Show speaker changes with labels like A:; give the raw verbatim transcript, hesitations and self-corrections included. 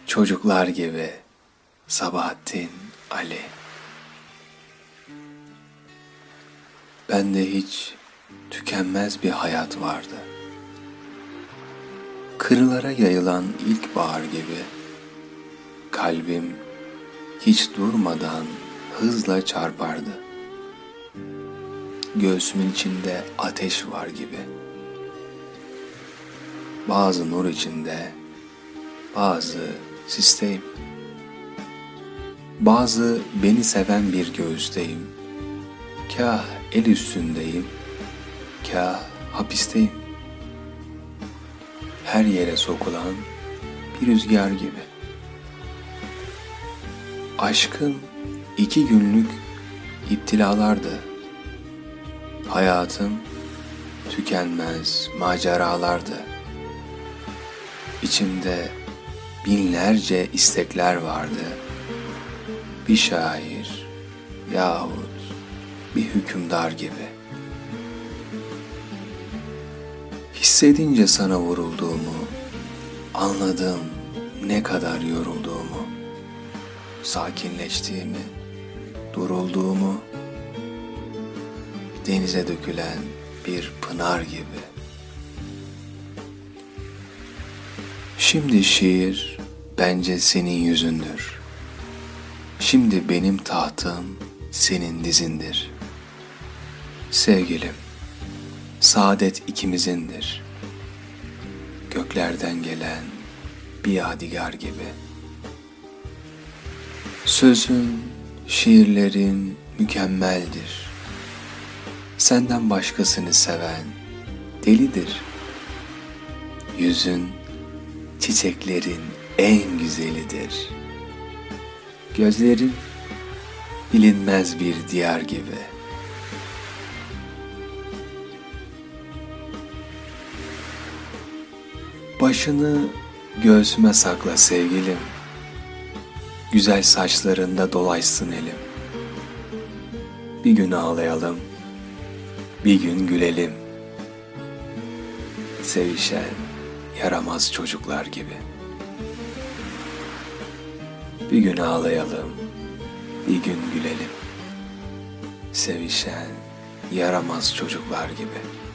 A: Çocuklar gibi Sabahattin Ali. Bende hiç tükenmez bir hayat vardı. Kırlara yayılan ilkbahar gibi kalbim hiç durmadan hızla çarpardı. Göğsümün içinde ateş var gibi. Bazı nur içinde, bazı sisteyim. Bazı beni seven bir göğüsteyim. Kâh el üstündeyim, kâh hapisteyim. Her yere sokulan bir rüzgar gibi. Aşkım iki günlük iptilalardı. Hayatım tükenmez maceralardı. İçimde binlerce istekler vardı. Bir şair yahut bir hükümdar gibi. Hissedince sana vurulduğumu, anladım ne kadar yorulduğumu, sakinleştiğimi, durulduğumu, denize dökülen bir pınar gibi. Şimdi şiir bence senin yüzündür. Şimdi benim tahtım senin dizindir. Sevgilim, saadet ikimizindir. Göklerden gelen bir yadigar gibi. Sözün, şiirlerin mükemmeldir. Senden başkasını seven delidir. Yüzün, çiçeklerin en güzelidir. Gözlerin bilinmez bir diyar gibi. Başını göğsüme sakla sevgilim. Güzel saçlarında dolaşsın elim. Bir gün ağlayalım, bir gün gülelim. Sevişen yaramaz çocuklar gibi. Bir gün ağlayalım, bir gün gülelim. Sevişen yaramaz çocuklar gibi.